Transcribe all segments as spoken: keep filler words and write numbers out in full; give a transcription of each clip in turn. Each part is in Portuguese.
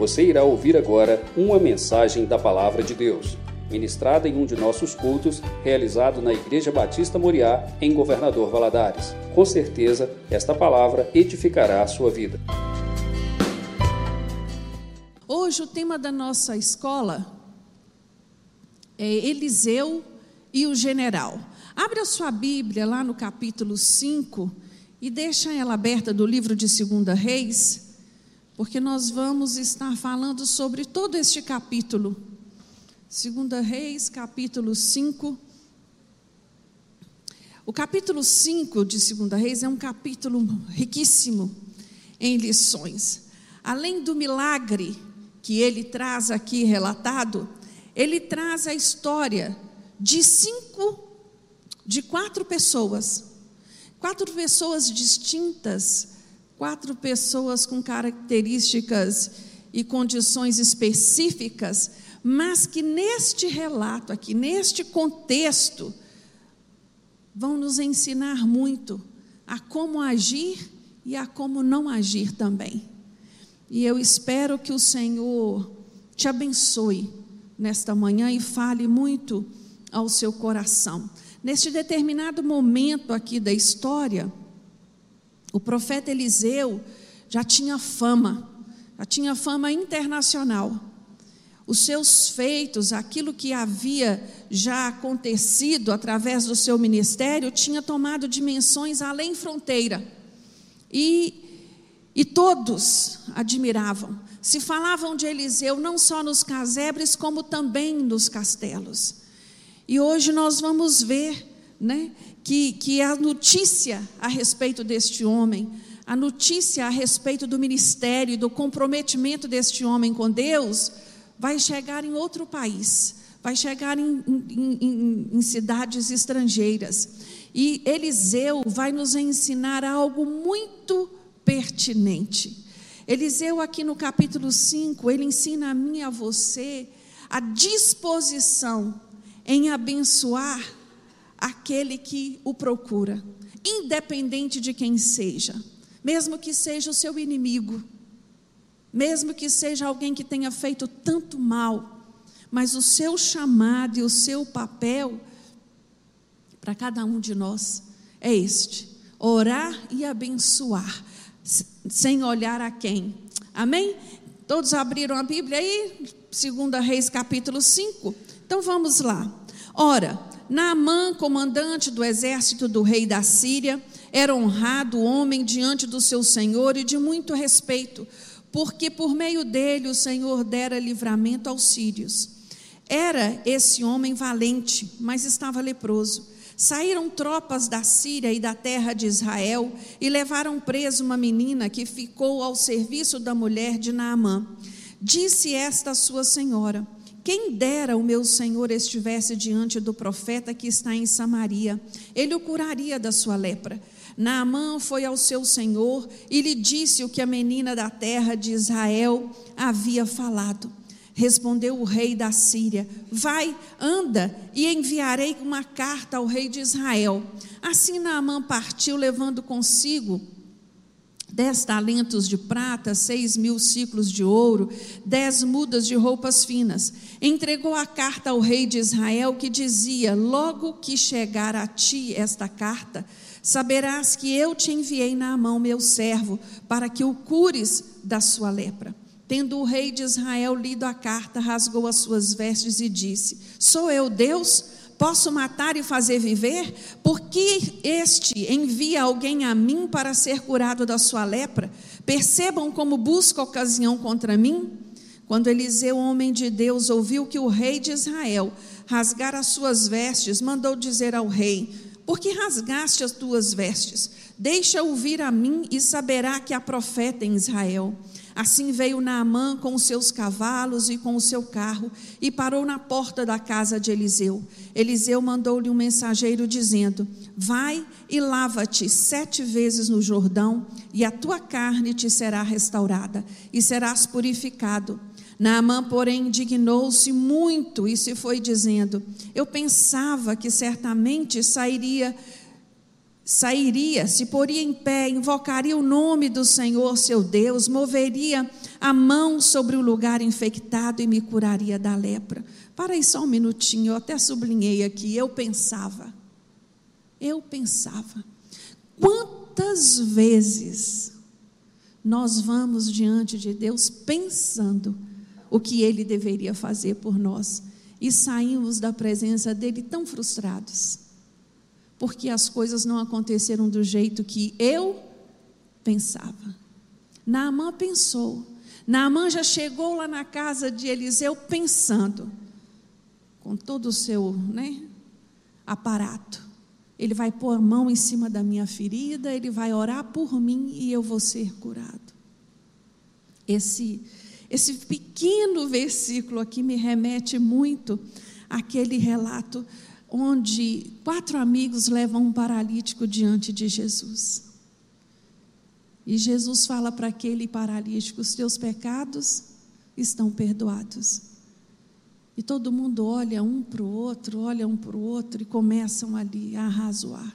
Você irá ouvir agora uma mensagem da Palavra de Deus, ministrada em um de nossos cultos, realizado na Igreja Batista Moriá, em Governador Valadares. Com certeza, esta palavra edificará a sua vida. Hoje o tema da nossa escola é Eliseu e o general. Abre a sua Bíblia lá no capítulo cinco e deixa ela aberta do livro de Segunda Reis, porque nós vamos estar falando sobre todo este capítulo. Segunda Reis, capítulo cinco. O capítulo cinco de Segunda Reis é um capítulo riquíssimo em lições. Além do milagre que ele traz aqui relatado, ele traz a história de cinco, de quatro pessoas, quatro pessoas distintas, quatro pessoas com características e condições específicas, mas que neste relato aqui, neste contexto, vão nos ensinar muito a como agir e a como não agir também. E eu espero que o Senhor te abençoe nesta manhã e fale muito ao seu coração. Neste determinado momento aqui da história, o profeta Eliseu já tinha fama, já tinha fama internacional. Os seus feitos, aquilo que havia já acontecido através do seu ministério, tinha tomado dimensões além fronteira. E, e todos admiravam. Se falavam de Eliseu não só nos casebres, como também nos castelos. E hoje nós vamos ver, né, que, que a notícia a respeito deste homem, a notícia a respeito do ministério, do comprometimento deste homem com Deus, vai chegar em outro país, vai chegar em, em, em, em cidades estrangeiras. E Eliseu vai nos ensinar algo muito pertinente. Eliseu aqui no capítulo cinco, ele ensina a mim e a você a disposição em abençoar aquele que o procura, independente de quem seja, mesmo que seja o seu inimigo, mesmo que seja alguém que tenha feito tanto mal, mas o seu chamado e o seu papel para cada um de nós é este: orar e abençoar, sem olhar a quem. Amém? Todos abriram a Bíblia aí? Segunda Reis capítulo cinco. Então vamos lá. Ora, Naamã, comandante do exército do rei da Síria, era honrado homem diante do seu senhor e de muito respeito, porque por meio dele o Senhor dera livramento aos sírios. Era esse homem valente, mas estava leproso. Saíram tropas da Síria e da terra de Israel e levaram preso uma menina que ficou ao serviço da mulher de Naamã. Disse esta a sua senhora: quem dera o meu senhor estivesse diante do profeta que está em Samaria, ele o curaria da sua lepra. Naamã foi ao seu senhor e lhe disse o que a menina da terra de Israel havia falado. Respondeu o rei da Síria: vai, anda, e enviarei uma carta ao rei de Israel. Assim Naamã partiu, levando consigo dez talentos de prata, seis mil ciclos de ouro, dez mudas de roupas finas. Entregou a carta ao rei de Israel, que dizia: logo que chegar a ti esta carta, saberás que eu te enviei Naamã, meu servo, para que o cures da sua lepra. Tendo o rei de Israel lido a carta, rasgou as suas vestes e disse: sou eu Deus? Posso matar e fazer viver? Por que este envia alguém a mim para ser curado da sua lepra? Percebam como busca ocasião contra mim. Quando Eliseu, homem de Deus, ouviu que o rei de Israel rasgara as suas vestes, mandou dizer ao rei: por que rasgaste as tuas vestes? Deixa-o vir a mim e saberá que há profeta em Israel. Assim veio Naamã com os seus cavalos e com o seu carro e parou na porta da casa de Eliseu. Eliseu mandou-lhe um mensageiro dizendo: vai e lava-te sete vezes no Jordão e a tua carne te será restaurada e serás purificado. Naamã, porém, indignou-se muito e se foi dizendo: eu pensava que certamente sairia sairia, se poria em pé, invocaria o nome do Senhor seu Deus, moveria a mão sobre o lugar infectado e me curaria da lepra. Para aí só um minutinho, eu até sublinhei aqui, eu pensava, eu pensava, quantas vezes nós vamos diante de Deus pensando o que Ele deveria fazer por nós e saímos da presença dEle tão frustrados, porque as coisas não aconteceram do jeito que eu pensava. Naamã pensou, Naamã já chegou lá na casa de Eliseu pensando, com todo o seu, né, aparato, ele vai pôr a mão em cima da minha ferida, ele vai orar por mim e eu vou ser curado. Esse, esse pequeno versículo aqui me remete muito àquele relato onde quatro amigos levam um paralítico diante de Jesus. E Jesus fala para aquele paralítico: os teus pecados estão perdoados. E todo mundo olha um para o outro, olha um para o outro e começam ali a arrazoar.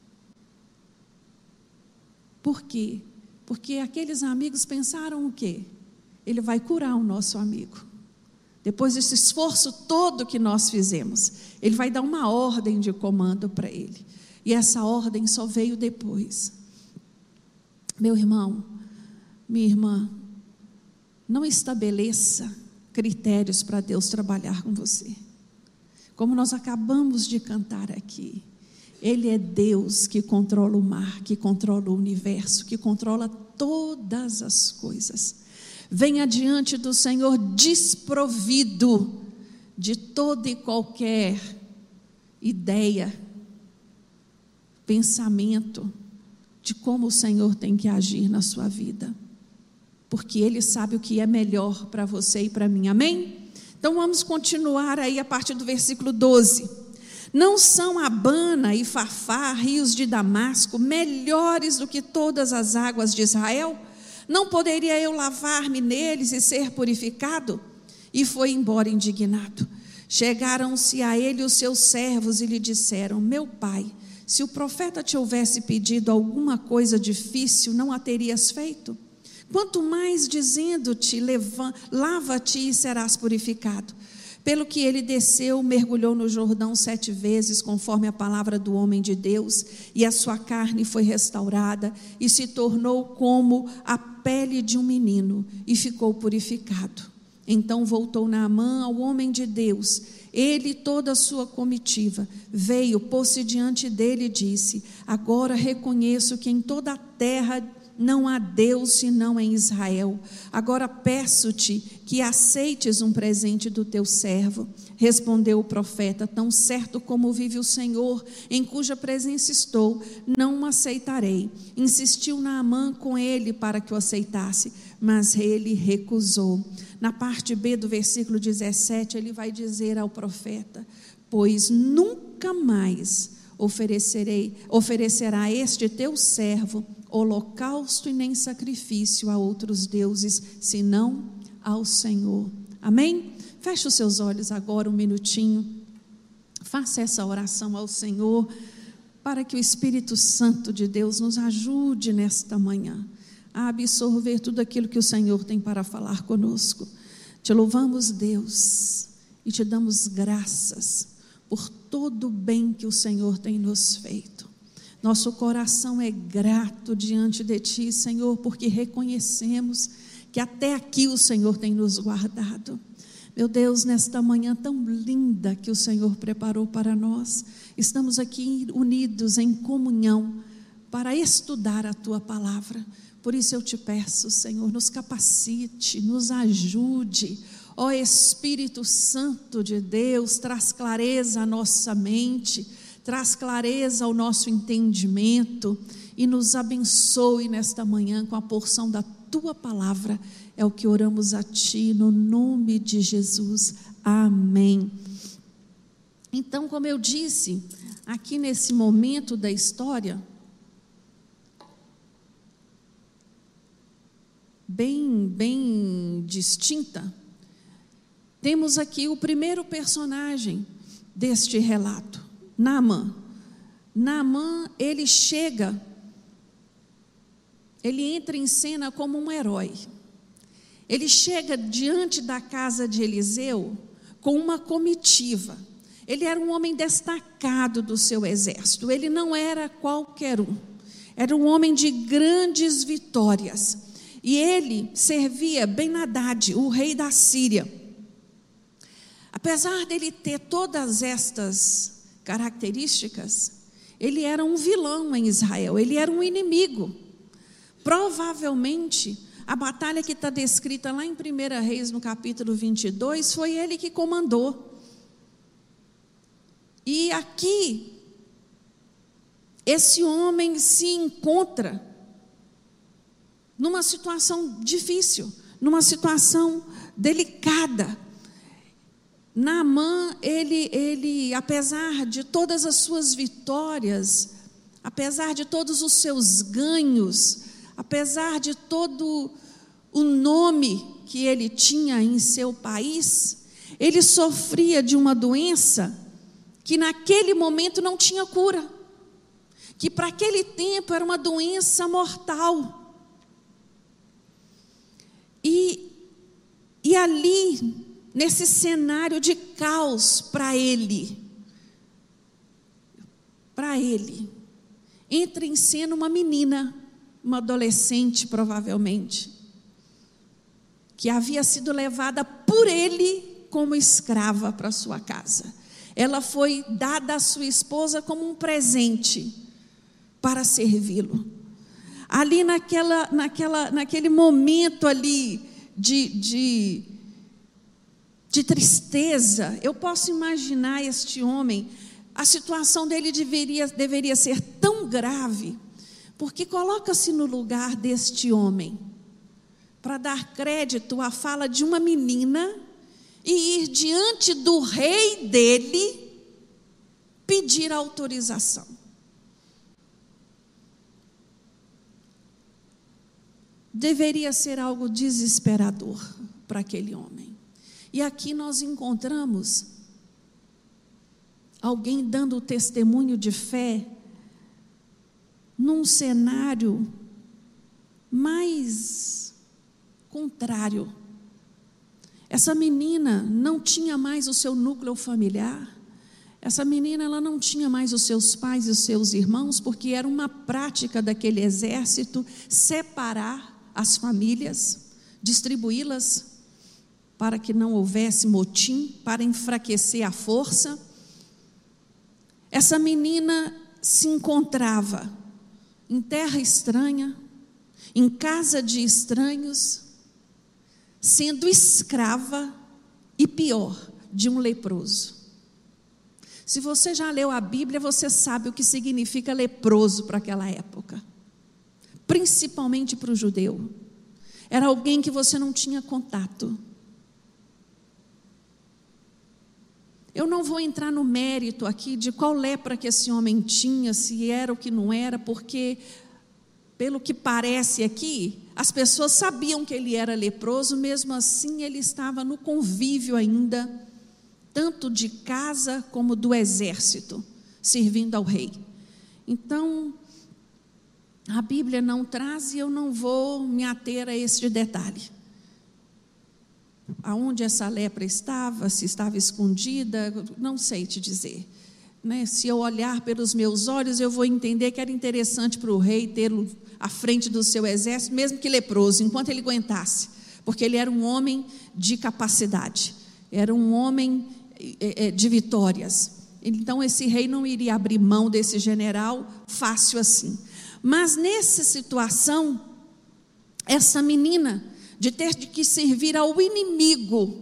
Por quê? Porque aqueles amigos pensaram o quê? Ele vai curar o nosso amigo. Depois desse esforço todo que nós fizemos, ele vai dar uma ordem de comando para ele. E essa ordem só veio depois. Meu irmão, minha irmã, não estabeleça critérios para Deus trabalhar com você. Como nós acabamos de cantar aqui, Ele é Deus que controla o mar, que controla o universo, que controla todas as coisas. Venha diante do Senhor desprovido de toda e qualquer ideia, pensamento de como o Senhor tem que agir na sua vida, porque Ele sabe o que é melhor para você e para mim, amém? Então vamos continuar aí a partir do versículo doze. Não são Abana e Farfá, rios de Damasco, melhores do que todas as águas de Israel? Não poderia eu lavar-me neles e ser purificado? E foi embora indignado. Chegaram-se a ele os seus servos e lhe disseram: meu pai, se o profeta te houvesse pedido alguma coisa difícil, não a terias feito? Quanto mais dizendo-te, lava-te e serás purificado. Pelo que ele desceu, mergulhou no Jordão sete vezes, conforme a palavra do homem de Deus, e a sua carne foi restaurada, e se tornou como a pele de um menino, e ficou purificado. Então voltou Naamã ao homem de Deus, ele e toda a sua comitiva, veio, pôs-se diante dele e disse: agora reconheço que em toda a terra não há Deus senão em Israel. Agora peço-te que aceites um presente do teu servo. Respondeu o profeta: tão certo como vive o Senhor, em cuja presença estou, não o aceitarei. Insistiu Naamã com ele para que o aceitasse, mas ele recusou. Na parte B do versículo dezessete, ele vai dizer ao profeta: pois nunca mais oferecerei, oferecerá este teu servo holocausto e nem sacrifício a outros deuses, senão ao Senhor. Amém? Feche os seus olhos agora um minutinho, faça essa oração ao Senhor, para que o Espírito Santo de Deus nos ajude nesta manhã a absorver tudo aquilo que o Senhor tem para falar conosco. Te louvamos, Deus, e te damos graças por todo o bem que o Senhor tem nos feito. Nosso coração é grato diante de Ti, Senhor, porque reconhecemos que até aqui o Senhor tem nos guardado. Meu Deus, nesta manhã tão linda que o Senhor preparou para nós, estamos aqui unidos em comunhão para estudar a Tua palavra. Por isso eu te peço, Senhor, nos capacite, nos ajude. Ó Espírito Santo de Deus, traz clareza à nossa mente, traz clareza ao nosso entendimento e nos abençoe nesta manhã com a porção da Tua palavra. É o que oramos a Ti, no nome de Jesus. Amém. Então, como eu disse, aqui nesse momento da história, bem, bem distinta, temos aqui o primeiro personagem deste relato, Naamã. Naamã, ele chega, ele entra em cena como um herói. Ele chega diante da casa de Eliseu com uma comitiva. Ele era um homem destacado do seu exército, ele não era qualquer um, era um homem de grandes vitórias, e ele servia Ben-Hadad, o rei da Síria. Apesar dele ter todas estas características, ele era um vilão em Israel, ele era um inimigo. Provavelmente, a batalha que está descrita lá em primeira Reis, no capítulo vinte e dois, foi ele que comandou. E aqui, esse homem se encontra numa situação difícil, numa situação delicada. Naamã, ele, ele, apesar de todas as suas vitórias, apesar de todos os seus ganhos, apesar de todo o nome que ele tinha em seu país, ele sofria de uma doença que naquele momento não tinha cura, que para aquele tempo era uma doença mortal. E, e ali, nesse cenário de caos para ele, para ele, entra em cena uma menina, uma adolescente provavelmente, que havia sido levada por ele como escrava para sua casa. Ela foi dada à sua esposa como um presente para servi-lo. Ali naquela, naquela, naquele momento ali de, de, de tristeza, eu posso imaginar este homem, a situação dele deveria, deveria ser tão grave, porque coloca-se no lugar deste homem, para dar crédito à fala de uma menina, e ir diante do rei dele, pedir autorização. Deveria ser algo desesperador para aquele homem. E aqui nós encontramos alguém dando testemunho de fé, num cenário mais contrário. Essa menina não tinha mais o seu núcleo familiar, essa menina ela não tinha mais os seus pais e os seus irmãos, porque era uma prática daquele exército separar as famílias, distribuí-las para que não houvesse motim, para enfraquecer a força. Essa menina se encontrava em terra estranha, em casa de estranhos, sendo escrava e pior, de um leproso. Se você já leu a Bíblia, você sabe o que significa leproso para aquela época, principalmente para o judeu. Era alguém que você não tinha contato. Eu não vou entrar no mérito aqui de qual lepra que esse homem tinha, se era ou que não era, porque, pelo que parece aqui, as pessoas sabiam que ele era leproso, mesmo assim ele estava no convívio ainda, tanto de casa como do exército, servindo ao rei. Então, a Bíblia não traz e eu não vou me ater a esse detalhe. Aonde essa lepra estava, se estava escondida, não sei te dizer. Né? Se eu olhar pelos meus olhos, eu vou entender que era interessante para o rei tê-lo à frente do seu exército, mesmo que leproso, enquanto ele aguentasse, porque ele era um homem de capacidade, era um homem de vitórias. Então esse rei não iria abrir mão desse general fácil assim. Mas nessa situação, essa menina, de ter que servir ao inimigo,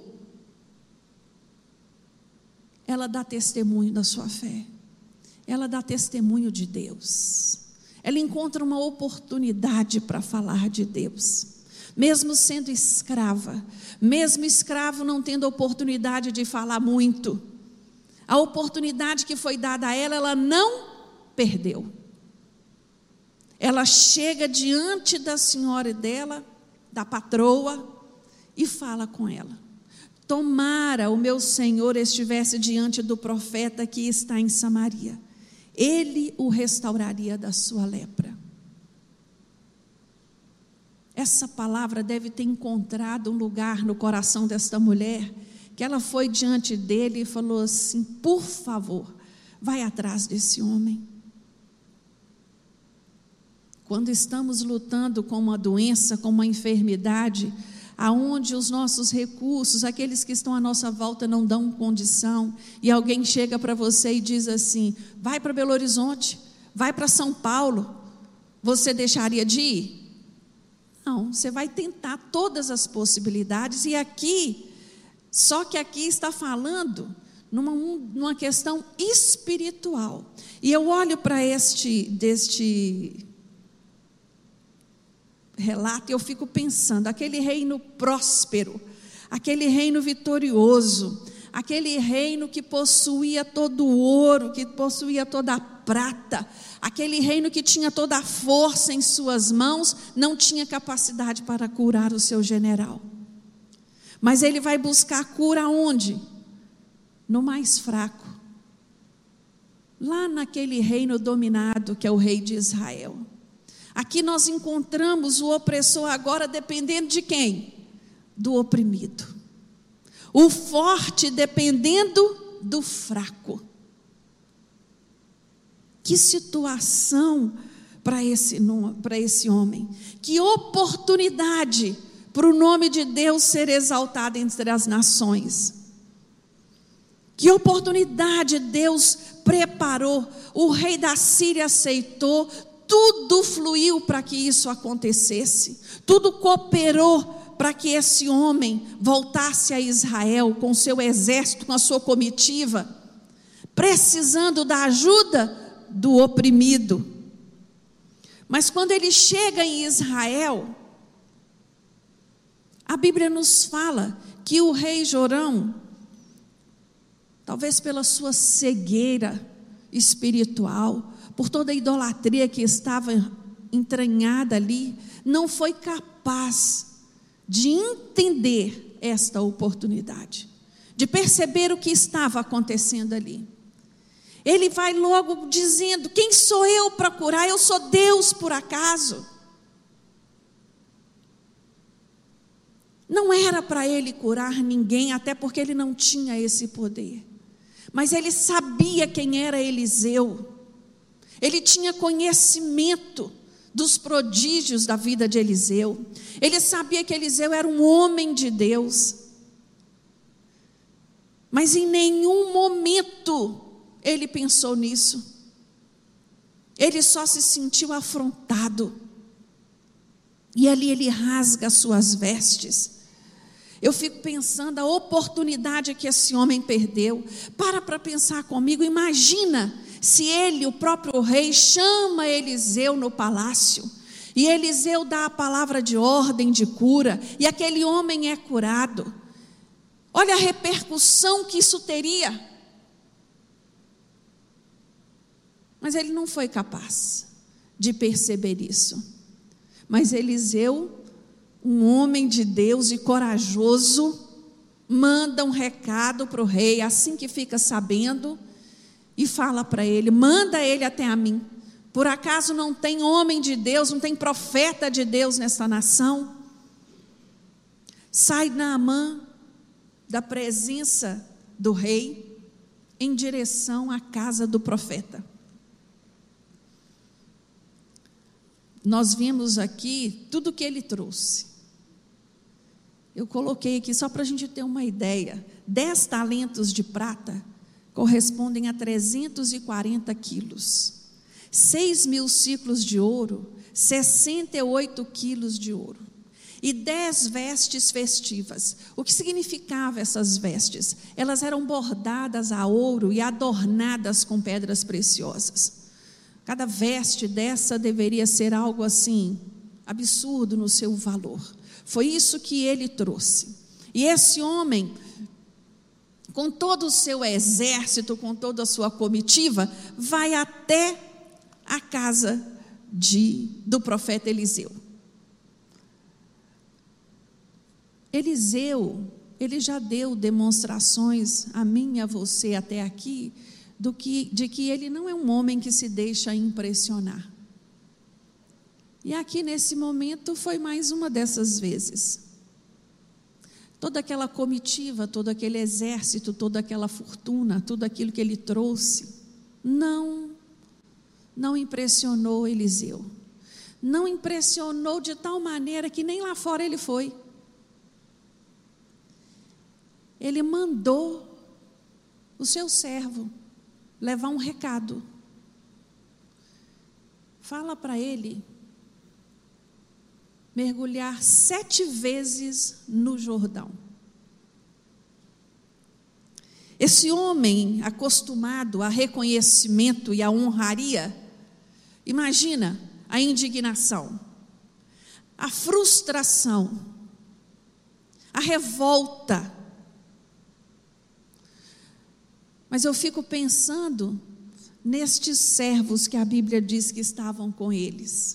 ela dá testemunho da sua fé, ela dá testemunho de Deus, ela encontra uma oportunidade para falar de Deus, mesmo sendo escrava, mesmo escravo não tendo oportunidade de falar muito, a oportunidade que foi dada a ela, ela não perdeu. Ela chega diante da senhora dela, da patroa, e fala com ela: tomara o meu senhor estivesse diante do profeta que está em Samaria, Ele o restauraria da sua lepra. Essa palavra deve ter encontrado um lugar no coração desta mulher, que ela foi diante dele e falou assim: por favor, vai atrás desse homem. Quando estamos lutando com uma doença, com uma enfermidade, aonde os nossos recursos, aqueles que estão à nossa volta não dão condição, e alguém chega para você e diz assim: vai para Belo Horizonte, vai para São Paulo, você deixaria de ir? Não, você vai tentar todas as possibilidades, e aqui, só que aqui está falando numa, numa questão espiritual. E eu olho para este, deste relato e eu fico pensando, aquele reino próspero, aquele reino vitorioso, aquele reino que possuía todo o ouro, que possuía toda a prata, aquele reino que tinha toda a força em suas mãos, não tinha capacidade para curar o seu general. Mas ele vai buscar cura onde? No mais fraco. Lá naquele reino dominado que é o rei de Israel. Aqui nós encontramos o opressor agora dependendo de quem? Do oprimido. O forte dependendo do fraco. Que situação para esse, para esse homem. Que oportunidade para o nome de Deus ser exaltado entre as nações. Que oportunidade Deus preparou. O rei da Síria aceitou. Tudo fluiu para que isso acontecesse. Tudo cooperou para que esse homem voltasse a Israel com seu exército, com a sua comitiva, precisando da ajuda do oprimido. Mas quando ele chega em Israel, a Bíblia nos fala que o rei Jorão, talvez pela sua cegueira espiritual, por toda a idolatria que estava entranhada ali, não foi capaz de entender esta oportunidade, de perceber o que estava acontecendo ali. Ele vai logo dizendo: quem sou eu para curar? Eu sou Deus por acaso? Não era para ele curar ninguém, até porque ele não tinha esse poder. Mas ele sabia quem era Eliseu. Ele tinha conhecimento dos prodígios da vida de Eliseu. Ele sabia que Eliseu era um homem de Deus. Mas em nenhum momento ele pensou nisso. Ele só se sentiu afrontado. E ali ele rasga as suas vestes. Eu fico pensando a oportunidade que esse homem perdeu. Para para pensar comigo. Imagina se ele, o próprio rei, chama Eliseu no palácio. E Eliseu dá a palavra de ordem, de cura. E aquele homem é curado. Olha a repercussão que isso teria. Mas ele não foi capaz de perceber isso. Mas Eliseu, um homem de Deus e corajoso, manda um recado para o rei, assim que fica sabendo, e fala para ele: manda ele até a mim. Por acaso não tem homem de Deus, não tem profeta de Deus nesta nação? Sai Naamã da presença do rei em direção à casa do profeta. Nós vimos aqui tudo o que ele trouxe. Eu coloquei aqui só para a gente ter uma ideia. Dez talentos de prata correspondem a trezentos e quarenta quilos. Seis mil ciclos de ouro, sessenta e oito quilos de ouro. E dez vestes festivas. O que significava essas vestes? Elas eram bordadas a ouro e adornadas com pedras preciosas. Cada veste dessa deveria ser algo assim, absurdo no seu valor. Foi isso que ele trouxe. E esse homem, com todo o seu exército, com toda a sua comitiva, vai até a casa de, do profeta Eliseu. Eliseu, ele já deu demonstrações a mim e a você até aqui, do que, de que ele não é um homem que se deixa impressionar. E aqui nesse momento foi mais uma dessas vezes. Toda aquela comitiva, todo aquele exército, toda aquela fortuna, tudo aquilo que ele trouxe, não, não impressionou Eliseu. Não impressionou de tal maneira que nem lá fora ele foi. Ele mandou o seu servo levar um recado. Fala para ele mergulhar sete vezes no Jordão. Esse homem acostumado a reconhecimento e a honraria, imagina a indignação, a frustração, a revolta. Mas eu fico pensando nestes servos que a Bíblia diz que estavam com eles.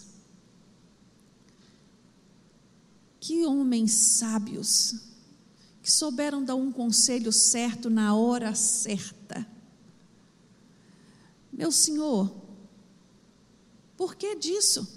Que homens sábios, que souberam dar um conselho certo na hora certa. Meu Senhor, por que disso?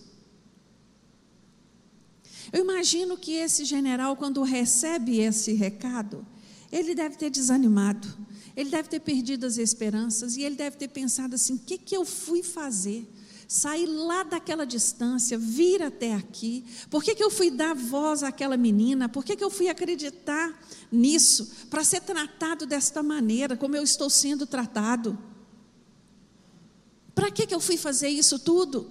Eu imagino que esse general, quando recebe esse recado, ele deve ter desanimado, ele deve ter perdido as esperanças, e ele deve ter pensado assim: o que, que eu fui fazer? Sair lá daquela distância, vir até aqui, por que, que eu fui dar voz àquela menina, por que, que eu fui acreditar nisso, para ser tratado desta maneira, como eu estou sendo tratado? Para que, que eu fui fazer isso tudo?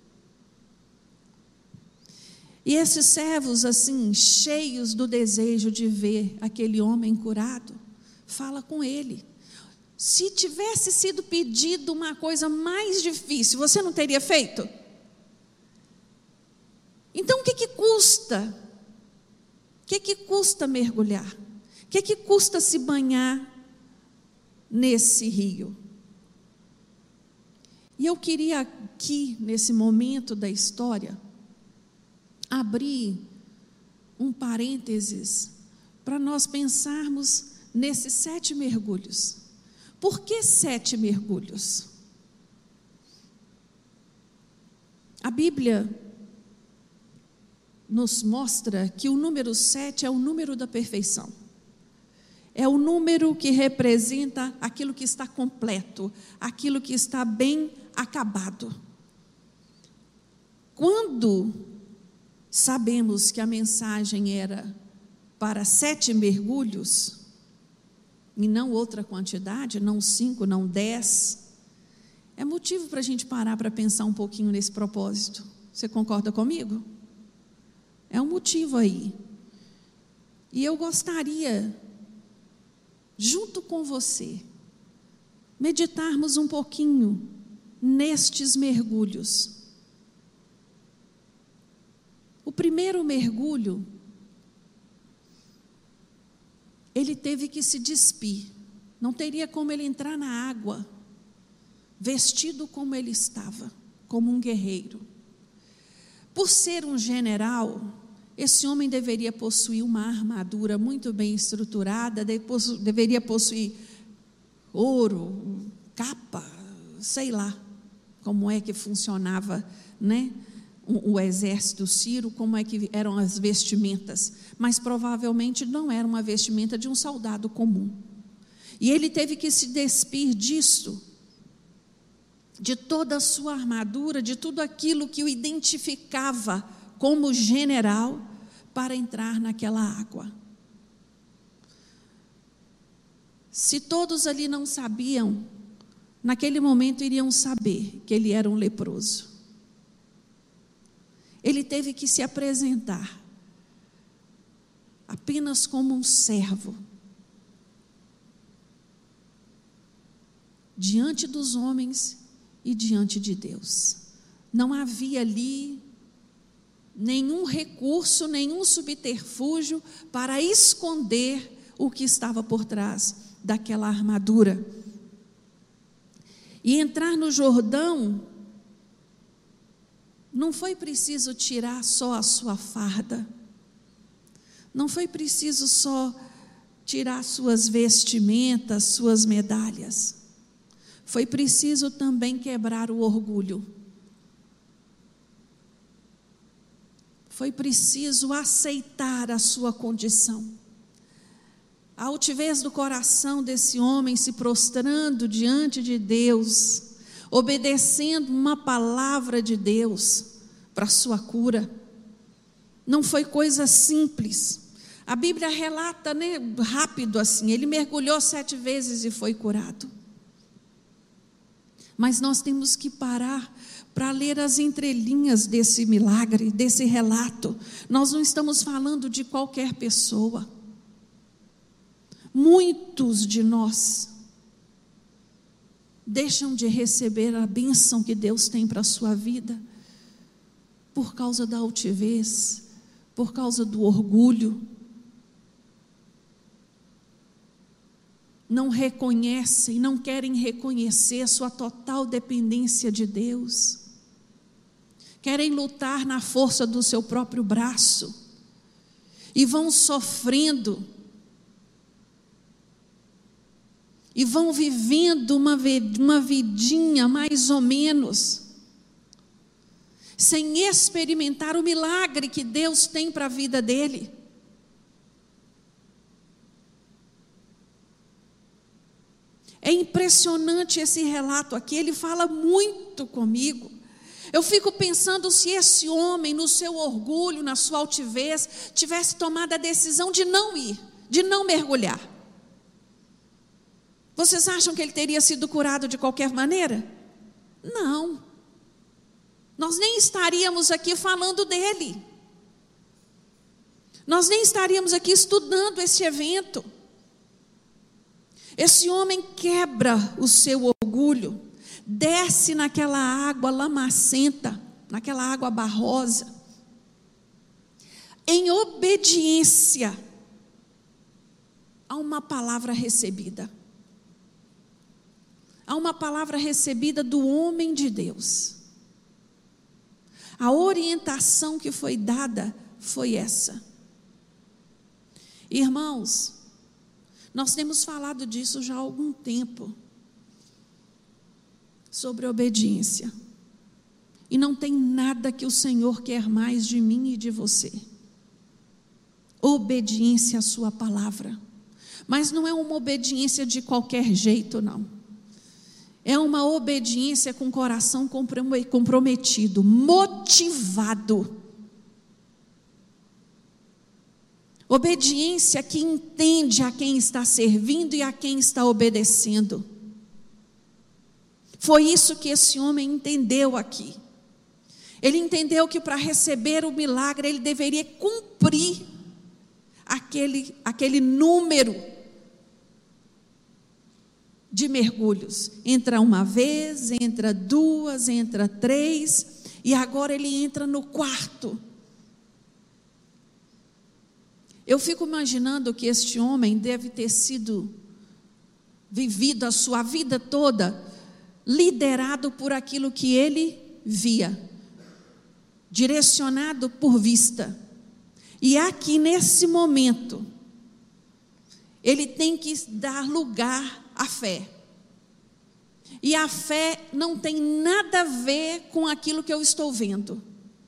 E esses servos, assim, cheios do desejo de ver aquele homem curado, fala com ele. Se tivesse sido pedido uma coisa mais difícil, você não teria feito? Então o que que custa? O que que custa mergulhar? O que que custa se banhar nesse rio? E eu queria aqui, nesse momento da história, abrir um parênteses para nós pensarmos nesses sete mergulhos. Por que sete mergulhos? A Bíblia nos mostra que o número sete é o número da perfeição. É o número que representa aquilo que está completo, aquilo que está bem acabado. Quando sabemos que a mensagem era para sete mergulhos, e não outra quantidade, não cinco, não dez, é motivo para a gente parar para pensar um pouquinho nesse propósito. Você concorda comigo? É um motivo aí. E eu gostaria, junto com você, meditarmos um pouquinho nestes mergulhos. O primeiro mergulho, ele teve que se despir, não teria como ele entrar na água, vestido como ele estava, como um guerreiro. Por ser um general, esse homem deveria possuir uma armadura muito bem estruturada, deveria possuir ouro, capa, sei lá como é que funcionava, né? O, o exército sírio, como é que eram as vestimentas, mas provavelmente não era uma vestimenta de um soldado comum. E ele teve que se despir disso, de toda a sua armadura, de tudo aquilo que o identificava como general, para entrar naquela água. Se todos ali não sabiam, naquele momento iriam saber que ele era um leproso. Ele teve que se apresentar apenas como um servo diante dos homens e diante de Deus. Não havia ali nenhum recurso, nenhum subterfúgio para esconder o que estava por trás daquela armadura. E entrar no Jordão, não foi preciso tirar só a sua farda, não foi preciso só tirar suas vestimentas, suas medalhas, foi preciso também quebrar o orgulho. Foi preciso aceitar a sua condição. A altivez do coração desse homem se prostrando diante de Deus, obedecendo uma palavra de Deus para a sua cura. Não foi coisa simples. A Bíblia relata, né, rápido assim, ele mergulhou sete vezes e foi curado. Mas nós temos que parar para ler as entrelinhas desse milagre, desse relato. Nós não estamos falando de qualquer pessoa. Muitos de nós deixam de receber a bênção que Deus tem para a sua vida por causa da altivez, por causa do orgulho. Não reconhecem, não querem reconhecer a sua total dependência de Deus. Querem lutar na força do seu próprio braço e vão sofrendo e vão vivendo uma, uma vidinha mais ou menos, sem experimentar o milagre que Deus tem para a vida dele. É impressionante esse relato aqui, ele fala muito comigo. Eu fico pensando se esse homem, no seu orgulho, na sua altivez, tivesse tomado a decisão de não ir, de não mergulhar. Vocês acham que ele teria sido curado de qualquer maneira? Não. Nós nem estaríamos aqui falando dele. Nós nem estaríamos aqui estudando esse evento. Esse homem quebra o seu orgulho, desce naquela água lamacenta, naquela água barrosa, em obediência a uma palavra recebida. A uma palavra recebida do homem de Deus. A orientação que foi dada foi essa. Irmãos, nós temos falado disso já há algum tempo, sobre obediência. E não tem nada que o Senhor quer mais de mim e de você. Obediência à sua palavra. Mas não é uma obediência de qualquer jeito, não. É uma obediência com o coração comprometido, motivado. Obediência que entende a quem está servindo e a quem está obedecendo. Foi isso que esse homem entendeu aqui. Ele entendeu que para receber o milagre ele deveria cumprir aquele, aquele número de mergulhos. Entra uma vez, entra duas, entra três, e agora ele entra no quarto. Eu fico imaginando que este homem deve ter sido vivido a sua vida toda liderado por aquilo que ele via, direcionado por vista. E aqui nesse momento ele tem que dar lugar à fé. E a fé não tem nada a ver com aquilo que eu estou vendo.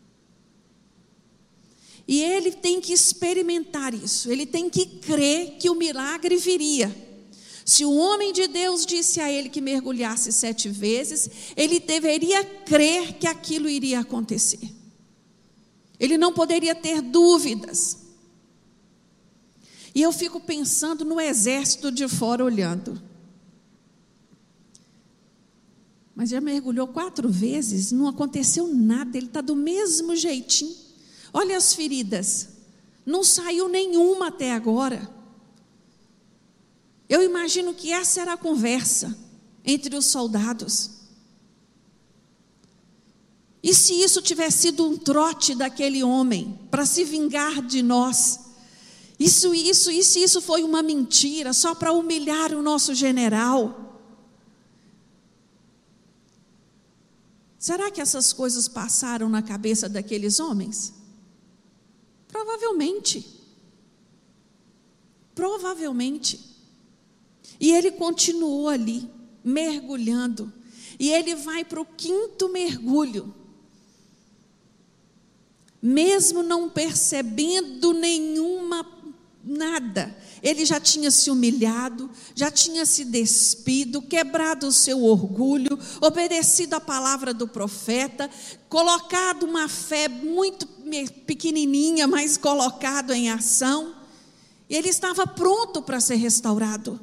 E ele tem que experimentar isso, ele tem que crer que o milagre viria. Se o homem de Deus disse a ele que mergulhasse sete vezes, ele deveria crer que aquilo iria acontecer. Ele não poderia ter dúvidas. E eu fico pensando no exército de fora olhando. Mas já mergulhou quatro vezes, não aconteceu nada, ele está do mesmo jeitinho. Olha as feridas, não saiu nenhuma até agora. Eu imagino que essa era a conversa entre os soldados. E se isso tivesse sido um trote daquele homem para se vingar de nós? Isso, isso, isso, isso foi uma mentira só para humilhar o nosso general? Será que essas coisas passaram na cabeça daqueles homens? Provavelmente. Provavelmente. E ele continuou ali, mergulhando. E ele vai para o quinto mergulho. Mesmo não percebendo nenhuma, nada, ele já tinha se humilhado, já tinha se despido, quebrado o seu orgulho, obedecido à palavra do profeta, colocado uma fé muito pequenininha, mas colocado em ação, e ele estava pronto para ser restaurado.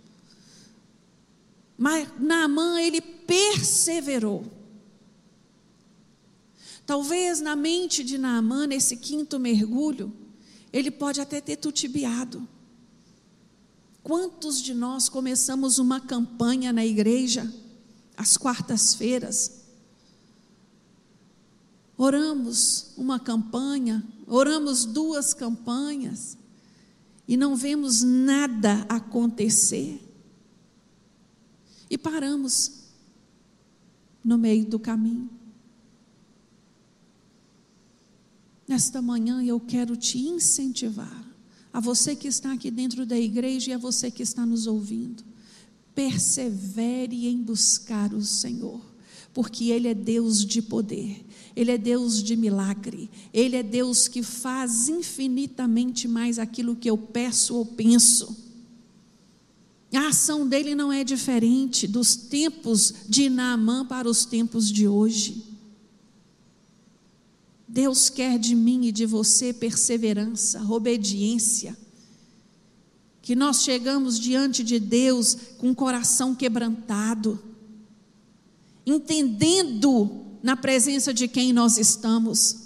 Mas Naamã, ele perseverou. Talvez na mente de Naamã, nesse quinto mergulho, ele pode até ter titubeado. Quantos de nós começamos uma campanha na igreja, às quartas-feiras? Oramos uma campanha, oramos duas campanhas, e não vemos nada acontecer. E paramos no meio do caminho. Nesta manhã eu quero te incentivar, a você que está aqui dentro da igreja e a você que está nos ouvindo, persevere em buscar o Senhor, porque Ele é Deus de poder, Ele é Deus de milagre, Ele é Deus que faz infinitamente mais aquilo que eu peço ou penso. A ação dele não é diferente dos tempos de Naamã para os tempos de hoje. Deus quer de mim e de você perseverança, obediência, que nós chegamos diante de Deus com o coração quebrantado, entendendo na presença de quem nós estamos.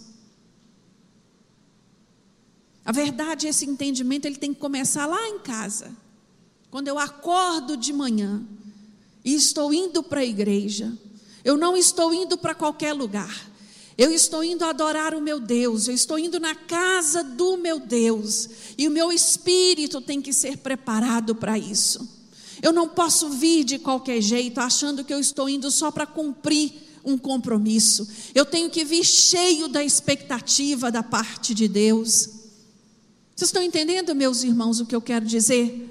A verdade, esse entendimento, ele tem que começar lá em casa. Quando eu acordo de manhã e estou indo para a igreja, eu não estou indo para qualquer lugar, eu estou indo adorar o meu Deus, eu estou indo na casa do meu Deus, e o meu espírito tem que ser preparado para isso. Eu não posso vir de qualquer jeito, achando que eu estou indo só para cumprir um compromisso. Eu tenho que vir cheio da expectativa da parte de Deus. Vocês estão entendendo, meus irmãos, o que eu quero dizer?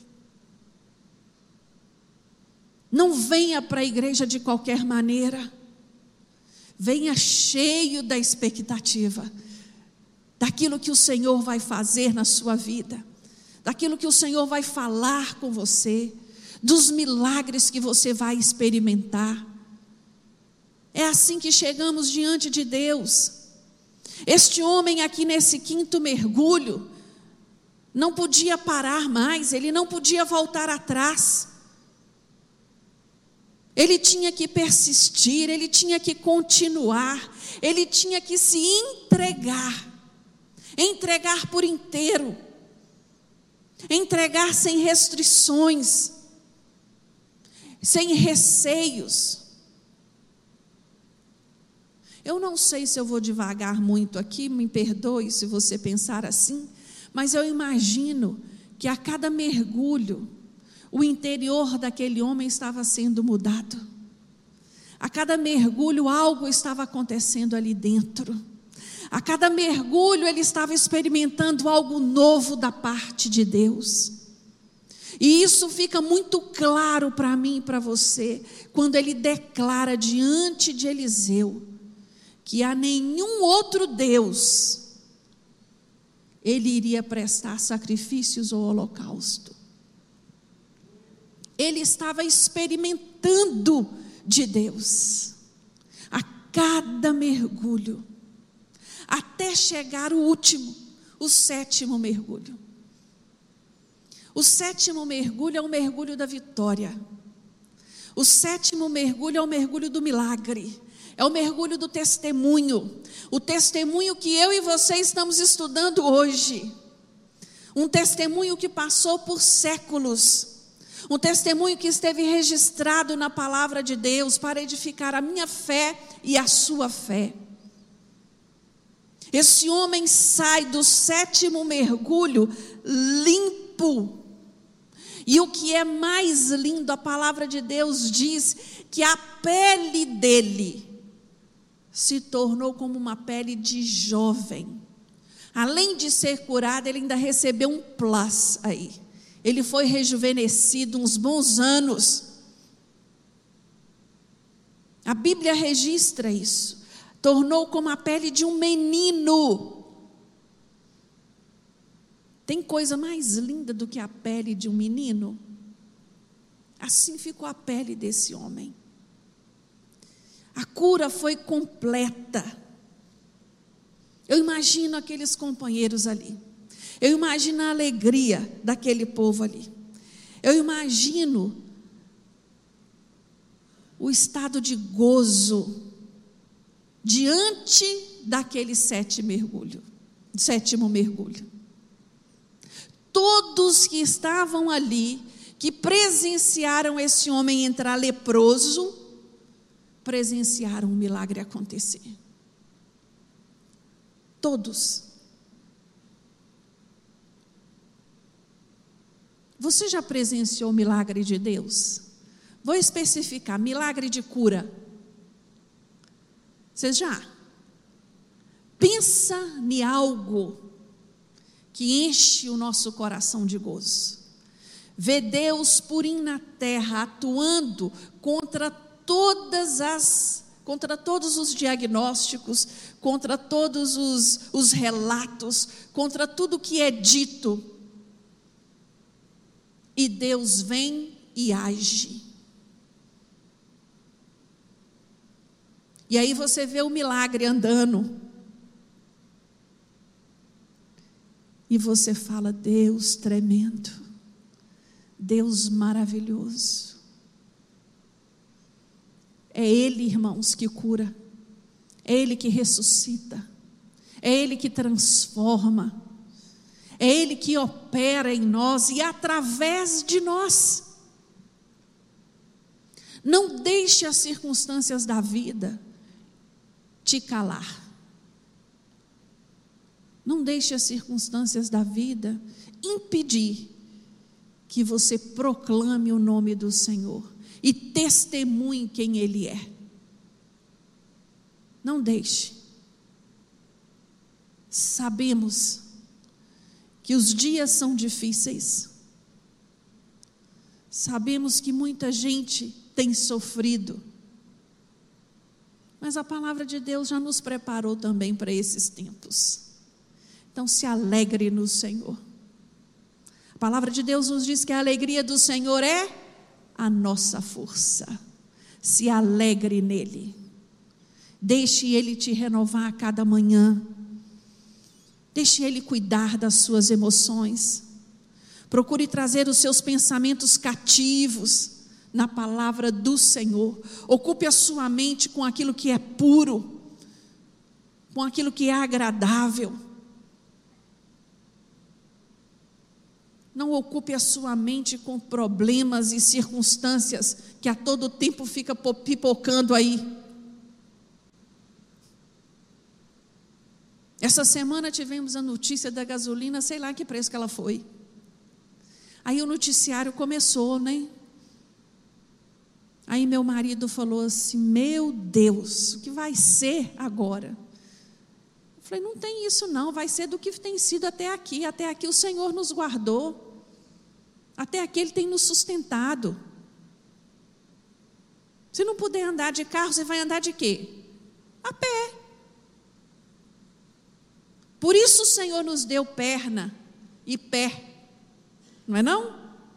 Não venha para a igreja de qualquer maneira. Venha cheio da expectativa daquilo que o Senhor vai fazer na sua vida, daquilo que o Senhor vai falar com você, dos milagres que você vai experimentar. É assim que chegamos diante de Deus. Este homem aqui nesse quinto mergulho não podia parar mais, ele não podia voltar atrás. Ele tinha que persistir, ele tinha que continuar, ele tinha que se entregar, entregar por inteiro, entregar sem restrições, sem receios. Eu não sei se eu vou devagar muito aqui, me perdoe se você pensar assim, mas eu imagino que a cada mergulho, o interior daquele homem estava sendo mudado. A cada mergulho algo estava acontecendo ali dentro. A cada mergulho ele estava experimentando algo novo da parte de Deus. E isso fica muito claro para mim e para você, quando ele declara diante de Eliseu, que a nenhum outro Deus ele iria prestar sacrifícios ou holocausto. Ele estava experimentando de Deus, a cada mergulho, até chegar o último, o sétimo mergulho. O sétimo mergulho é o mergulho da vitória. O sétimo mergulho é o mergulho do milagre. É o mergulho do testemunho. O testemunho que eu e você estamos estudando hoje. Um testemunho que passou por séculos. Um testemunho que esteve registrado na palavra de Deus para edificar a minha fé e a sua fé. Esse homem sai do sétimo mergulho limpo. E o que é mais lindo, a palavra de Deus diz que a pele dele se tornou como uma pele de jovem. Além de ser curado, ele ainda recebeu um plus aí. Ele foi rejuvenescido uns bons anos. A Bíblia registra isso. Tornou como a pele de um menino. Tem coisa mais linda do que a pele de um menino? Assim ficou a pele desse homem. A cura foi completa. Eu imagino aqueles companheiros ali. Eu imagino a alegria daquele povo ali. Eu imagino o estado de gozo diante daquele sete mergulho, sétimo mergulho. Todos que estavam ali, que presenciaram esse homem entrar leproso, presenciaram um milagre acontecer. Todos. Você já presenciou o milagre de Deus? Vou especificar, milagre de cura. Você já? Pensa em algo que enche o nosso coração de gozo. Vê Deus purinho na terra, atuando contra todas as, contra todos os diagnósticos, contra todos os, os relatos, contra tudo que é dito. E Deus vem e age. E aí você vê o milagre andando. E você fala, Deus tremendo, Deus maravilhoso. É Ele, irmãos, que cura. É Ele que ressuscita. É Ele que transforma. É Ele que opera em nós e através de nós. Não deixe as circunstâncias da vida te calar. Não deixe as circunstâncias da vida impedir que você proclame o nome do Senhor e testemunhe quem Ele é. Não deixe. Sabemos que os dias são difíceis. Sabemos que muita gente tem sofrido. Mas a palavra de Deus já nos preparou também para esses tempos. Então se alegre no Senhor. A palavra de Deus nos diz que a alegria do Senhor é a nossa força. Se alegre nele. Deixe Ele te renovar a cada manhã. Deixe Ele cuidar das suas emoções. Procure trazer os seus pensamentos cativos na palavra do Senhor. Ocupe a sua mente com aquilo que é puro, com aquilo que é agradável. Não ocupe a sua mente com problemas e circunstâncias que a todo tempo fica pipocando aí. Essa semana tivemos a notícia da gasolina, sei lá que preço que ela foi. Aí o noticiário começou, né? Aí meu marido falou assim, meu Deus, o que vai ser agora? Eu falei, não tem isso não, vai ser do que tem sido até aqui. Até aqui o Senhor nos guardou. Até aqui Ele tem nos sustentado. Se não puder andar de carro, você vai andar de quê? A pé. Por isso o Senhor nos deu perna e pé. Não é não?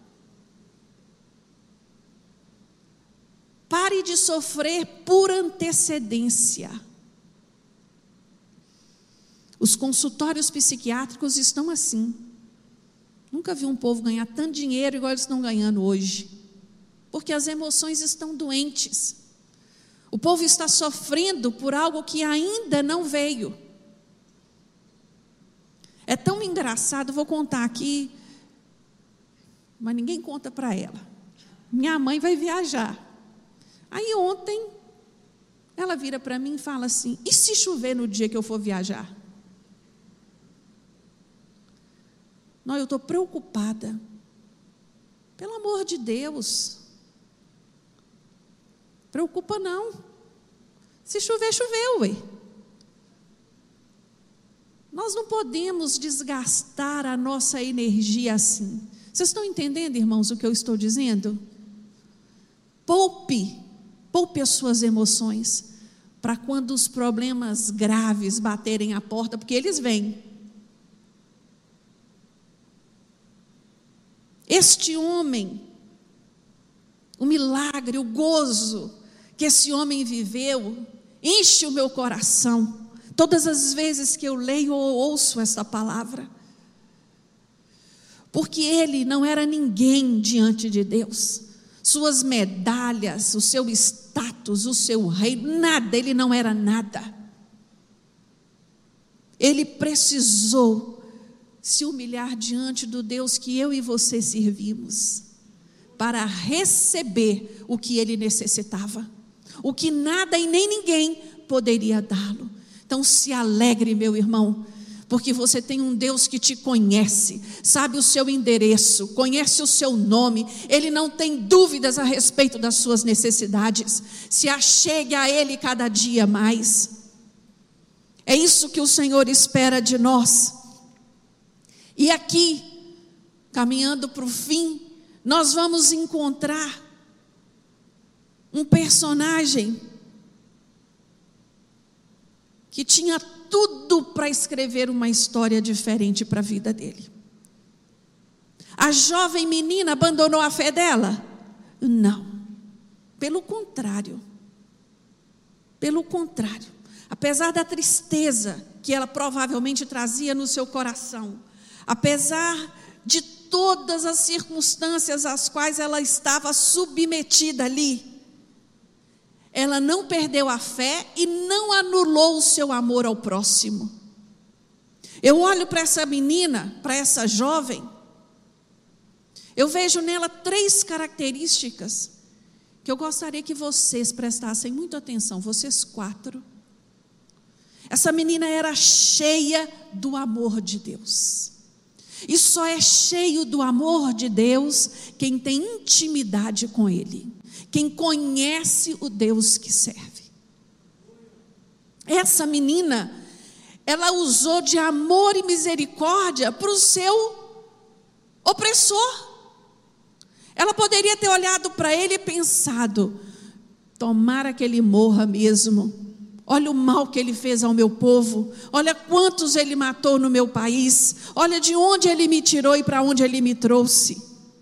Pare de sofrer por antecedência. Os consultórios psiquiátricos estão assim. Nunca vi um povo ganhar tanto dinheiro igual eles estão ganhando hoje. Porque as emoções estão doentes. O povo está sofrendo por algo que ainda não veio. É tão engraçado, vou contar aqui, mas ninguém conta para ela. Minha mãe vai viajar. Aí ontem, ela vira para mim e fala assim, e se chover no dia que eu for viajar? Não, eu estou preocupada. Pelo amor de Deus. Preocupa não. Se chover, choveu, ué. Nós não podemos desgastar a nossa energia assim. Vocês estão entendendo, irmãos, o que eu estou dizendo? Poupe. Poupe as suas emoções para quando os problemas graves baterem a porta, porque eles vêm. Este homem, o milagre, o gozo que esse homem viveu, enche o meu coração. Todas as vezes que eu leio ou ouço essa palavra. Porque ele não era ninguém diante de Deus. Suas medalhas, o seu status, o seu reino, nada, ele não era nada. Ele precisou se humilhar diante do Deus que eu e você servimos, para receber o que ele necessitava, o que nada e nem ninguém poderia dá-lo. Então se alegre, meu irmão, porque você tem um Deus que te conhece, sabe o seu endereço, conhece o seu nome, Ele não tem dúvidas a respeito das suas necessidades. Se achegue a Ele cada dia mais. É isso que o Senhor espera de nós. E aqui, caminhando para o fim, nós vamos encontrar um personagem que tinha tudo para escrever uma história diferente para a vida dele. A jovem menina abandonou a fé dela? Não, pelo contrário, pelo contrário, apesar da tristeza que ela provavelmente trazia no seu coração, apesar de todas as circunstâncias às quais ela estava submetida ali, ela não perdeu a fé e não anulou o seu amor ao próximo. Eu olho para essa menina, para essa jovem, eu vejo nela três características que eu gostaria que vocês prestassem muita atenção, vocês quatro. Essa menina era cheia do amor de Deus. E só é cheio do amor de Deus quem tem intimidade com Ele, quem conhece o Deus que serve. Essa menina, ela usou de amor e misericórdia para o seu opressor. Ela poderia ter olhado para ele e pensado: tomara que ele morra mesmo. Olha o mal que ele fez ao meu povo, olha quantos ele matou no meu país, olha de onde ele me tirou e para onde ele me trouxe.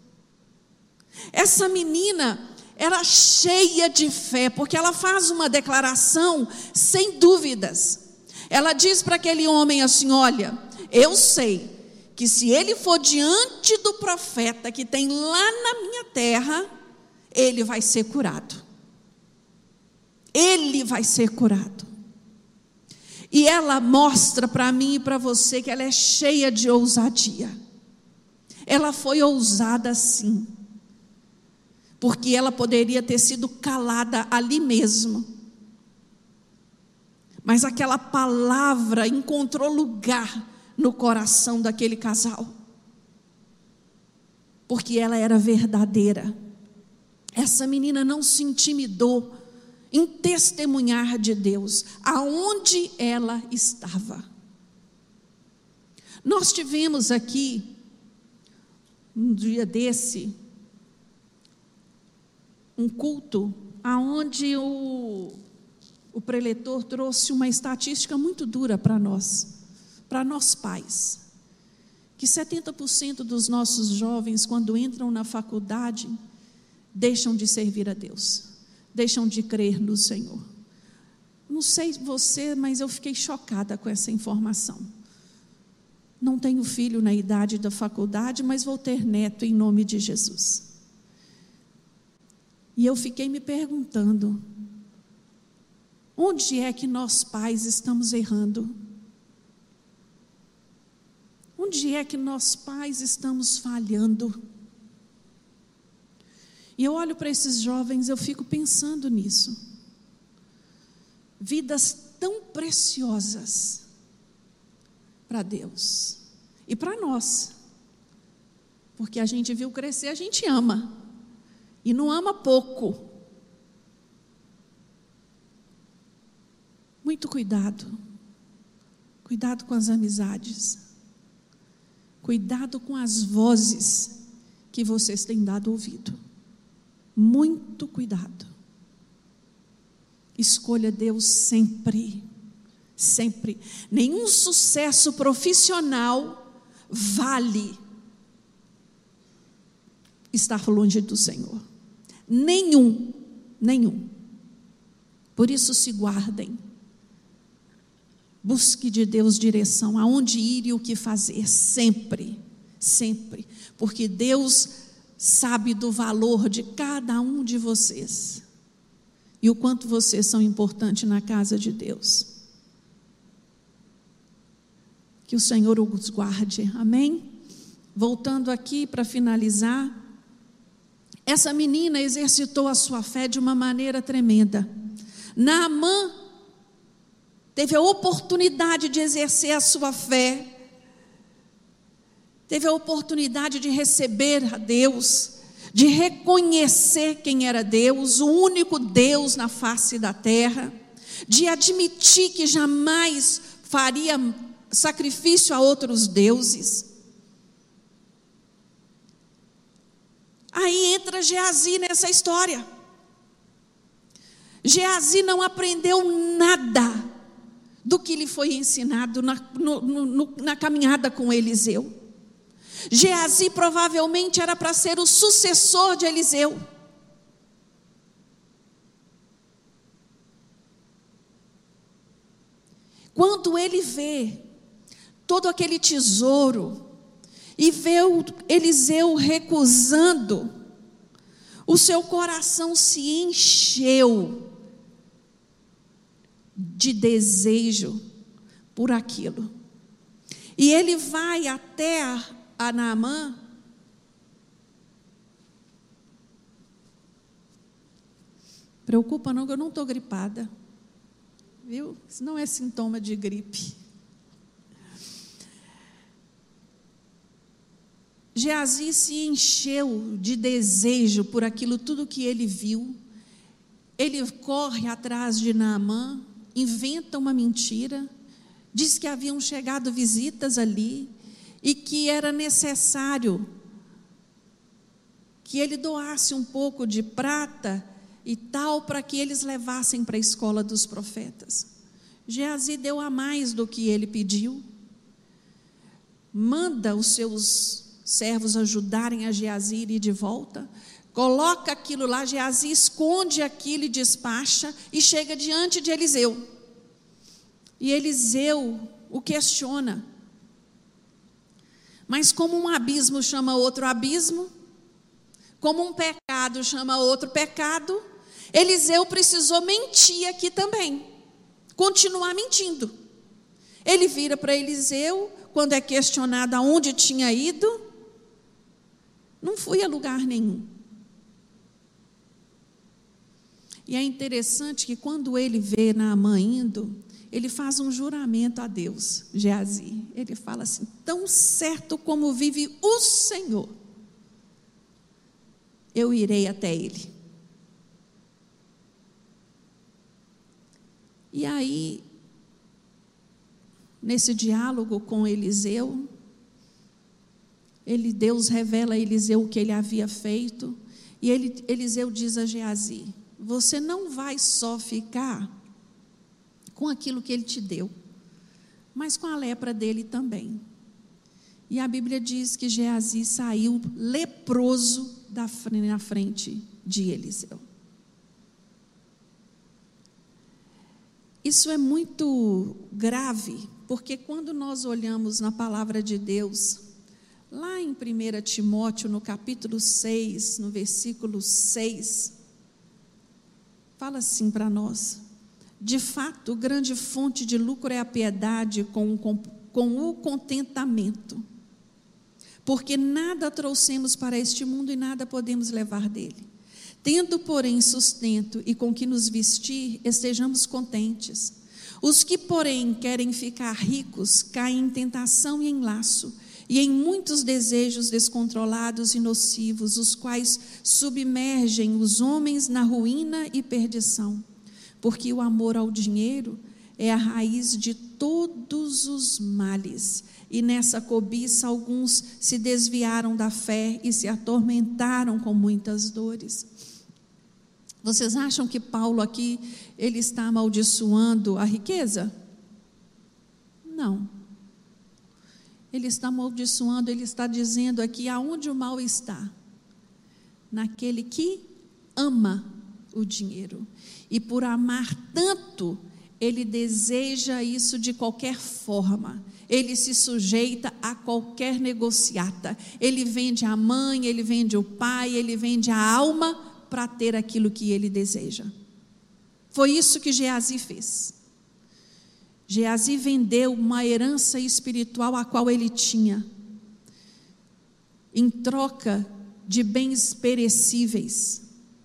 Essa menina era cheia de fé, porque ela faz uma declaração sem dúvidas. Ela diz para aquele homem assim: olha, eu sei que se ele for diante do profeta que tem lá na minha terra, ele vai ser curado. Ele vai ser curado. E ela mostra para mim e para você que ela é cheia de ousadia. Ela foi ousada sim, porque ela poderia ter sido calada ali mesmo. Mas aquela palavra encontrou lugar no coração daquele casal, porque ela era verdadeira. Essa menina não se intimidou em testemunhar de Deus, aonde ela estava. Nós tivemos aqui, um dia desse, um culto, aonde o, o preletor trouxe uma estatística muito dura para nós, para nós pais, que setenta por cento dos nossos jovens, quando entram na faculdade, deixam de servir a Deus, deixam de crer no Senhor. Não sei você, mas eu fiquei chocada com essa informação. Não tenho filho na idade da faculdade, mas vou ter neto em nome de Jesus. E eu fiquei me perguntando, onde é que nós pais estamos errando? Onde é que nós pais estamos falhando? E eu olho para esses jovens, eu fico pensando nisso. Vidas tão preciosas para Deus e para nós, porque a gente viu crescer, a gente ama, e não ama pouco. Muito cuidado, cuidado com as amizades, cuidado com as vozes que vocês têm dado ouvido. Muito cuidado. Escolha Deus sempre, sempre. Nenhum sucesso profissional vale estar longe do Senhor. Nenhum, nenhum. Por isso se guardem. Busque de Deus direção, aonde ir e o que fazer, sempre, sempre. Porque Deus sabe do valor de cada um de vocês. E o quanto vocês são importantes na casa de Deus. Que o Senhor os guarde, amém? Voltando aqui para finalizar, essa menina exercitou a sua fé de uma maneira tremenda. Naamã teve a oportunidade de exercer a sua fé, teve a oportunidade de receber a Deus, de reconhecer quem era Deus, o único Deus na face da terra, de admitir que jamais faria sacrifício a outros deuses. Aí entra Geazi nessa história. Geazi não aprendeu nada do que lhe foi ensinado na, no, no, na caminhada com Eliseu. Geazi provavelmente era para ser o sucessor de Eliseu. Quando ele vê todo aquele tesouro e vê o Eliseu recusando, o seu coração se encheu de desejo por aquilo. E ele vai até a, a Naamã, preocupa não que eu não estou gripada, viu? Isso não é sintoma de gripe. Geazi se encheu de desejo por aquilo tudo que ele viu. Ele corre atrás de Naamã, inventa uma mentira, diz que haviam chegado visitas ali e que era necessário que ele doasse um pouco de prata e tal para que eles levassem para a escola dos profetas. Geazi deu a mais do que ele pediu, manda os seus servos ajudarem a Geazi ir de volta, coloca aquilo lá, Geazi esconde aquilo e despacha e chega diante de Eliseu. E Eliseu o questiona. Mas como um abismo chama outro abismo, como um pecado chama outro pecado, Eliseu precisou mentir aqui também, continuar mentindo. Ele vira para Eliseu, quando é questionado aonde tinha ido, não fui a lugar nenhum. E é interessante que quando ele vê Naamã indo, ele faz um juramento a Deus, Geazi. Ele fala assim: tão certo como vive o Senhor, eu irei até ele. E aí, nesse diálogo com Eliseu, ele, Deus revela a Eliseu o que ele havia feito, e ele, Eliseu diz a Geazi: você não vai só ficar com aquilo que ele te deu, mas com a lepra dele também. E a Bíblia diz que Geazi saiu leproso da, na frente de Eliseu. Isso é muito grave, porque quando nós olhamos na palavra de Deus, lá em primeira Timóteo, no capítulo seis, no versículo seis, fala assim para nós: de fato, grande fonte de lucro é a piedade com, com, com o contentamento, porque nada trouxemos para este mundo e nada podemos levar dele. Tendo, porém, sustento e com que nos vestir, estejamos contentes. Os que, porém, querem ficar ricos, caem em tentação e em laço, e em muitos desejos descontrolados e nocivos, os quais submergem os homens na ruína e perdição. Porque o amor ao dinheiro é a raiz de todos os males, e nessa cobiça alguns se desviaram da fé e se atormentaram com muitas dores. Vocês acham que Paulo aqui, ele está amaldiçoando a riqueza? Não. Ele está amaldiçoando, ele está dizendo aqui aonde o mal está. Naquele que ama o dinheiro. E por amar tanto, ele deseja isso de qualquer forma. Ele se sujeita a qualquer negociata. Ele vende a mãe, ele vende o pai, ele vende a alma para ter aquilo que ele deseja. Foi isso que Geazi fez. Geazi vendeu uma herança espiritual a qual ele tinha, em troca de bens perecíveis.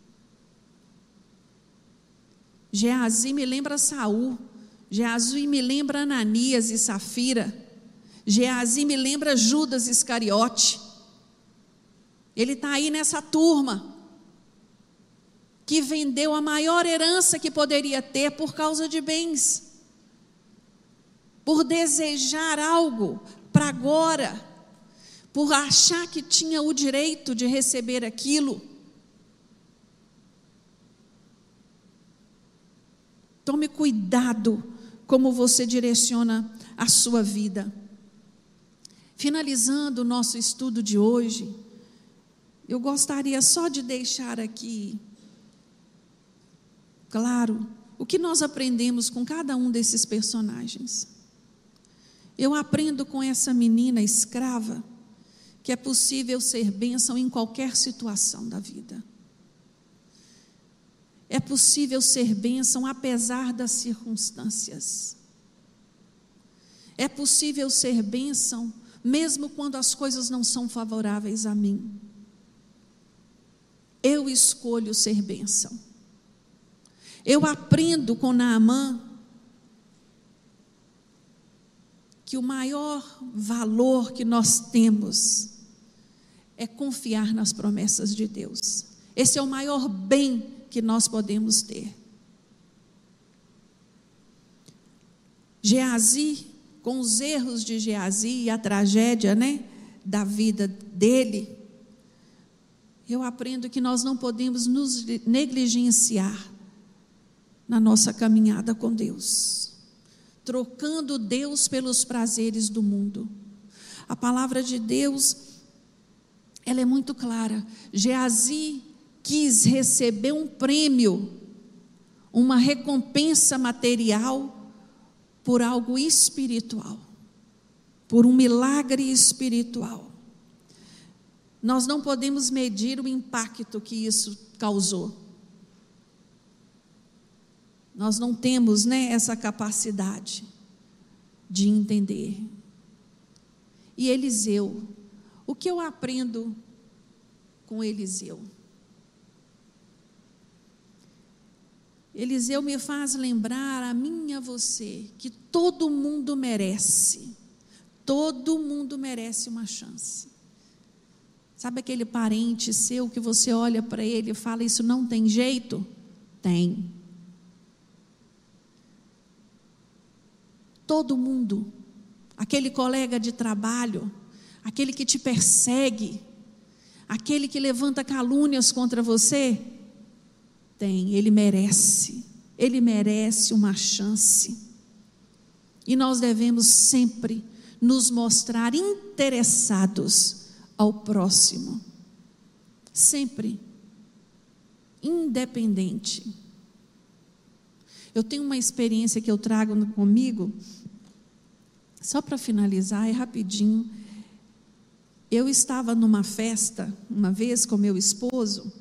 Geazi me lembra Saul, Geazi me lembra Ananias e Safira, Geazi me lembra Judas Iscariote. Ele está aí nessa turma que vendeu a maior herança que poderia ter por causa de bens, por desejar algo para agora, por achar que tinha o direito de receber aquilo. Tome cuidado como você direciona a sua vida. Finalizando o nosso estudo de hoje, eu gostaria só de deixar aqui claro o que nós aprendemos com cada um desses personagens. Eu aprendo com essa menina escrava que é possível ser bênção em qualquer situação da vida. É possível ser bênção apesar das circunstâncias. É possível ser bênção mesmo quando as coisas não são favoráveis a mim. Eu escolho ser bênção. Eu aprendo com Naamã que o maior valor que nós temos é confiar nas promessas de Deus. Esse é o maior bem que nós podemos ter. Geazi, com os erros de Geazi e a tragédia, né, da vida dele, eu aprendo que nós não podemos nos negligenciar na nossa caminhada com Deus, trocando Deus pelos prazeres do mundo. A palavra de Deus, ela é muito clara. Geazi quis receber um prêmio, uma recompensa material por algo espiritual, por um milagre espiritual. Nós não podemos medir o impacto que isso causou. Nós não temos, né, essa capacidade de entender. E Eliseu, o que eu aprendo com Eliseu? Eliseu me faz lembrar a mim e a você que todo mundo merece, todo mundo merece uma chance. Sabe aquele parente seu que você olha para ele e fala, isso não tem jeito? Tem. Todo mundo, aquele colega de trabalho, aquele que te persegue, aquele que levanta calúnias contra você, tem, ele merece, ele merece uma chance. E nós devemos sempre nos mostrar interessados ao próximo, sempre, independente. Eu tenho uma experiência que eu trago comigo, só para finalizar, é rapidinho. Eu estava numa festa, uma vez com meu esposo,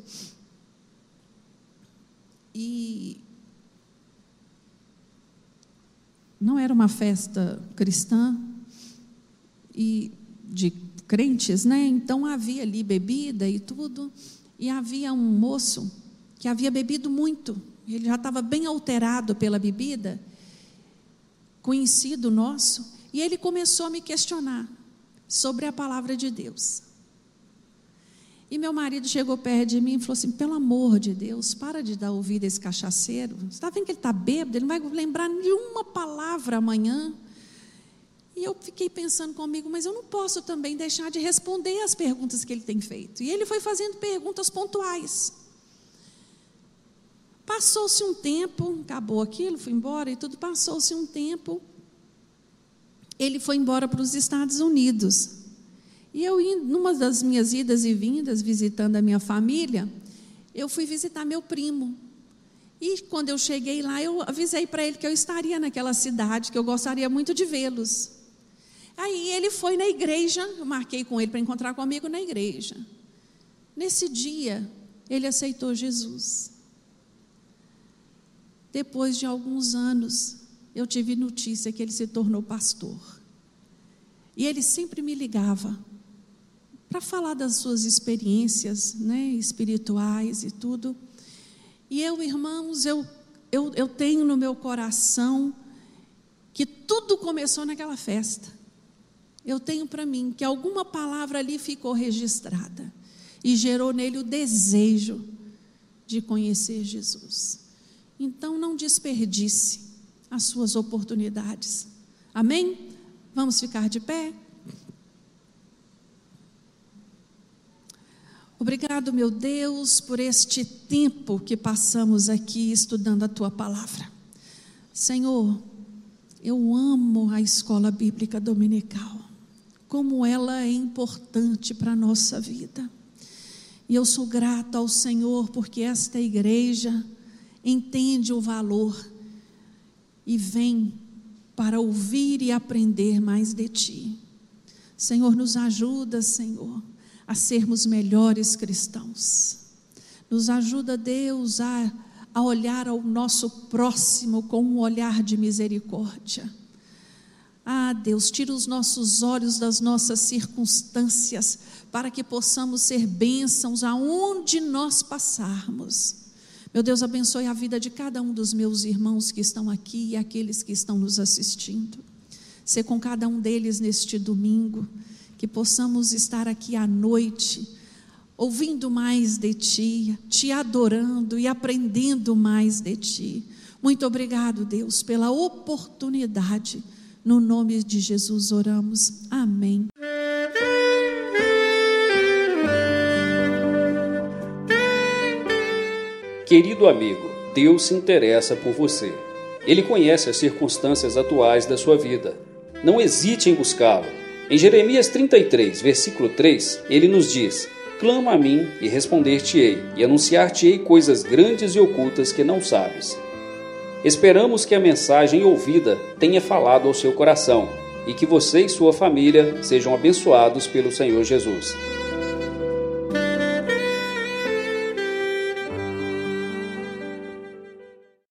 e não era uma festa cristã, e de crentes, né? Então havia ali bebida e tudo, e havia um moço que havia bebido muito, ele já estava bem alterado pela bebida, conhecido nosso, e ele começou a me questionar sobre a palavra de Deus. E meu marido chegou perto de mim e falou assim, pelo amor de Deus, para de dar ouvido a esse cachaceiro, você está vendo que ele está bêbado, ele não vai lembrar de uma palavra amanhã. E eu fiquei pensando comigo, mas eu não posso também deixar de responder as perguntas que ele tem feito. E ele foi fazendo perguntas pontuais. Passou-se um tempo, acabou aquilo, fui embora e tudo, passou-se um tempo, ele foi embora para os Estados Unidos. E eu, numa das minhas idas e vindas, visitando a minha família, eu fui visitar meu primo. E quando eu cheguei lá, eu avisei para ele que eu estaria naquela cidade, que eu gostaria muito de vê-los. Aí ele foi na igreja, eu marquei com ele para encontrar comigo na igreja. Nesse dia, ele aceitou Jesus. Depois de alguns anos, eu tive notícia que ele se tornou pastor. E ele sempre me ligava para falar das suas experiências, né, espirituais e tudo. E eu, irmãos, eu, eu, eu tenho no meu coração que tudo começou naquela festa. Eu tenho para mim que alguma palavra ali ficou registrada e gerou nele o desejo de conhecer Jesus. Então não desperdice as suas oportunidades. Amém? Vamos ficar de pé? Obrigado, meu Deus, por este tempo que passamos aqui estudando a Tua palavra. Senhor, eu amo a escola bíblica dominical, como ela é importante para a nossa vida. E eu sou grata ao Senhor porque esta igreja entende o valor e vem para ouvir e aprender mais de Ti. Senhor, nos ajuda, Senhor, a sermos melhores cristãos. Nos ajuda, Deus, a, a olhar ao nosso próximo com um olhar de misericórdia. Ah, Deus, tira os nossos olhos das nossas circunstâncias, para que possamos ser bênçãos aonde nós passarmos. Meu Deus, abençoe a vida de cada um dos meus irmãos que estão aqui e aqueles que estão nos assistindo. Sê com cada um deles neste domingo, que possamos estar aqui à noite, ouvindo mais de Ti, Te adorando e aprendendo mais de Ti. Muito obrigado, Deus, pela oportunidade. No nome de Jesus oramos. Amém. Querido amigo, Deus se interessa por você. Ele conhece as circunstâncias atuais da sua vida. Não hesite em buscá-lo. Em Jeremias trinta e três, versículo três, ele nos diz: clama a mim e responder-te-ei, e anunciar-te-ei coisas grandes e ocultas que não sabes. Esperamos que a mensagem ouvida tenha falado ao seu coração e que você e sua família sejam abençoados pelo Senhor Jesus.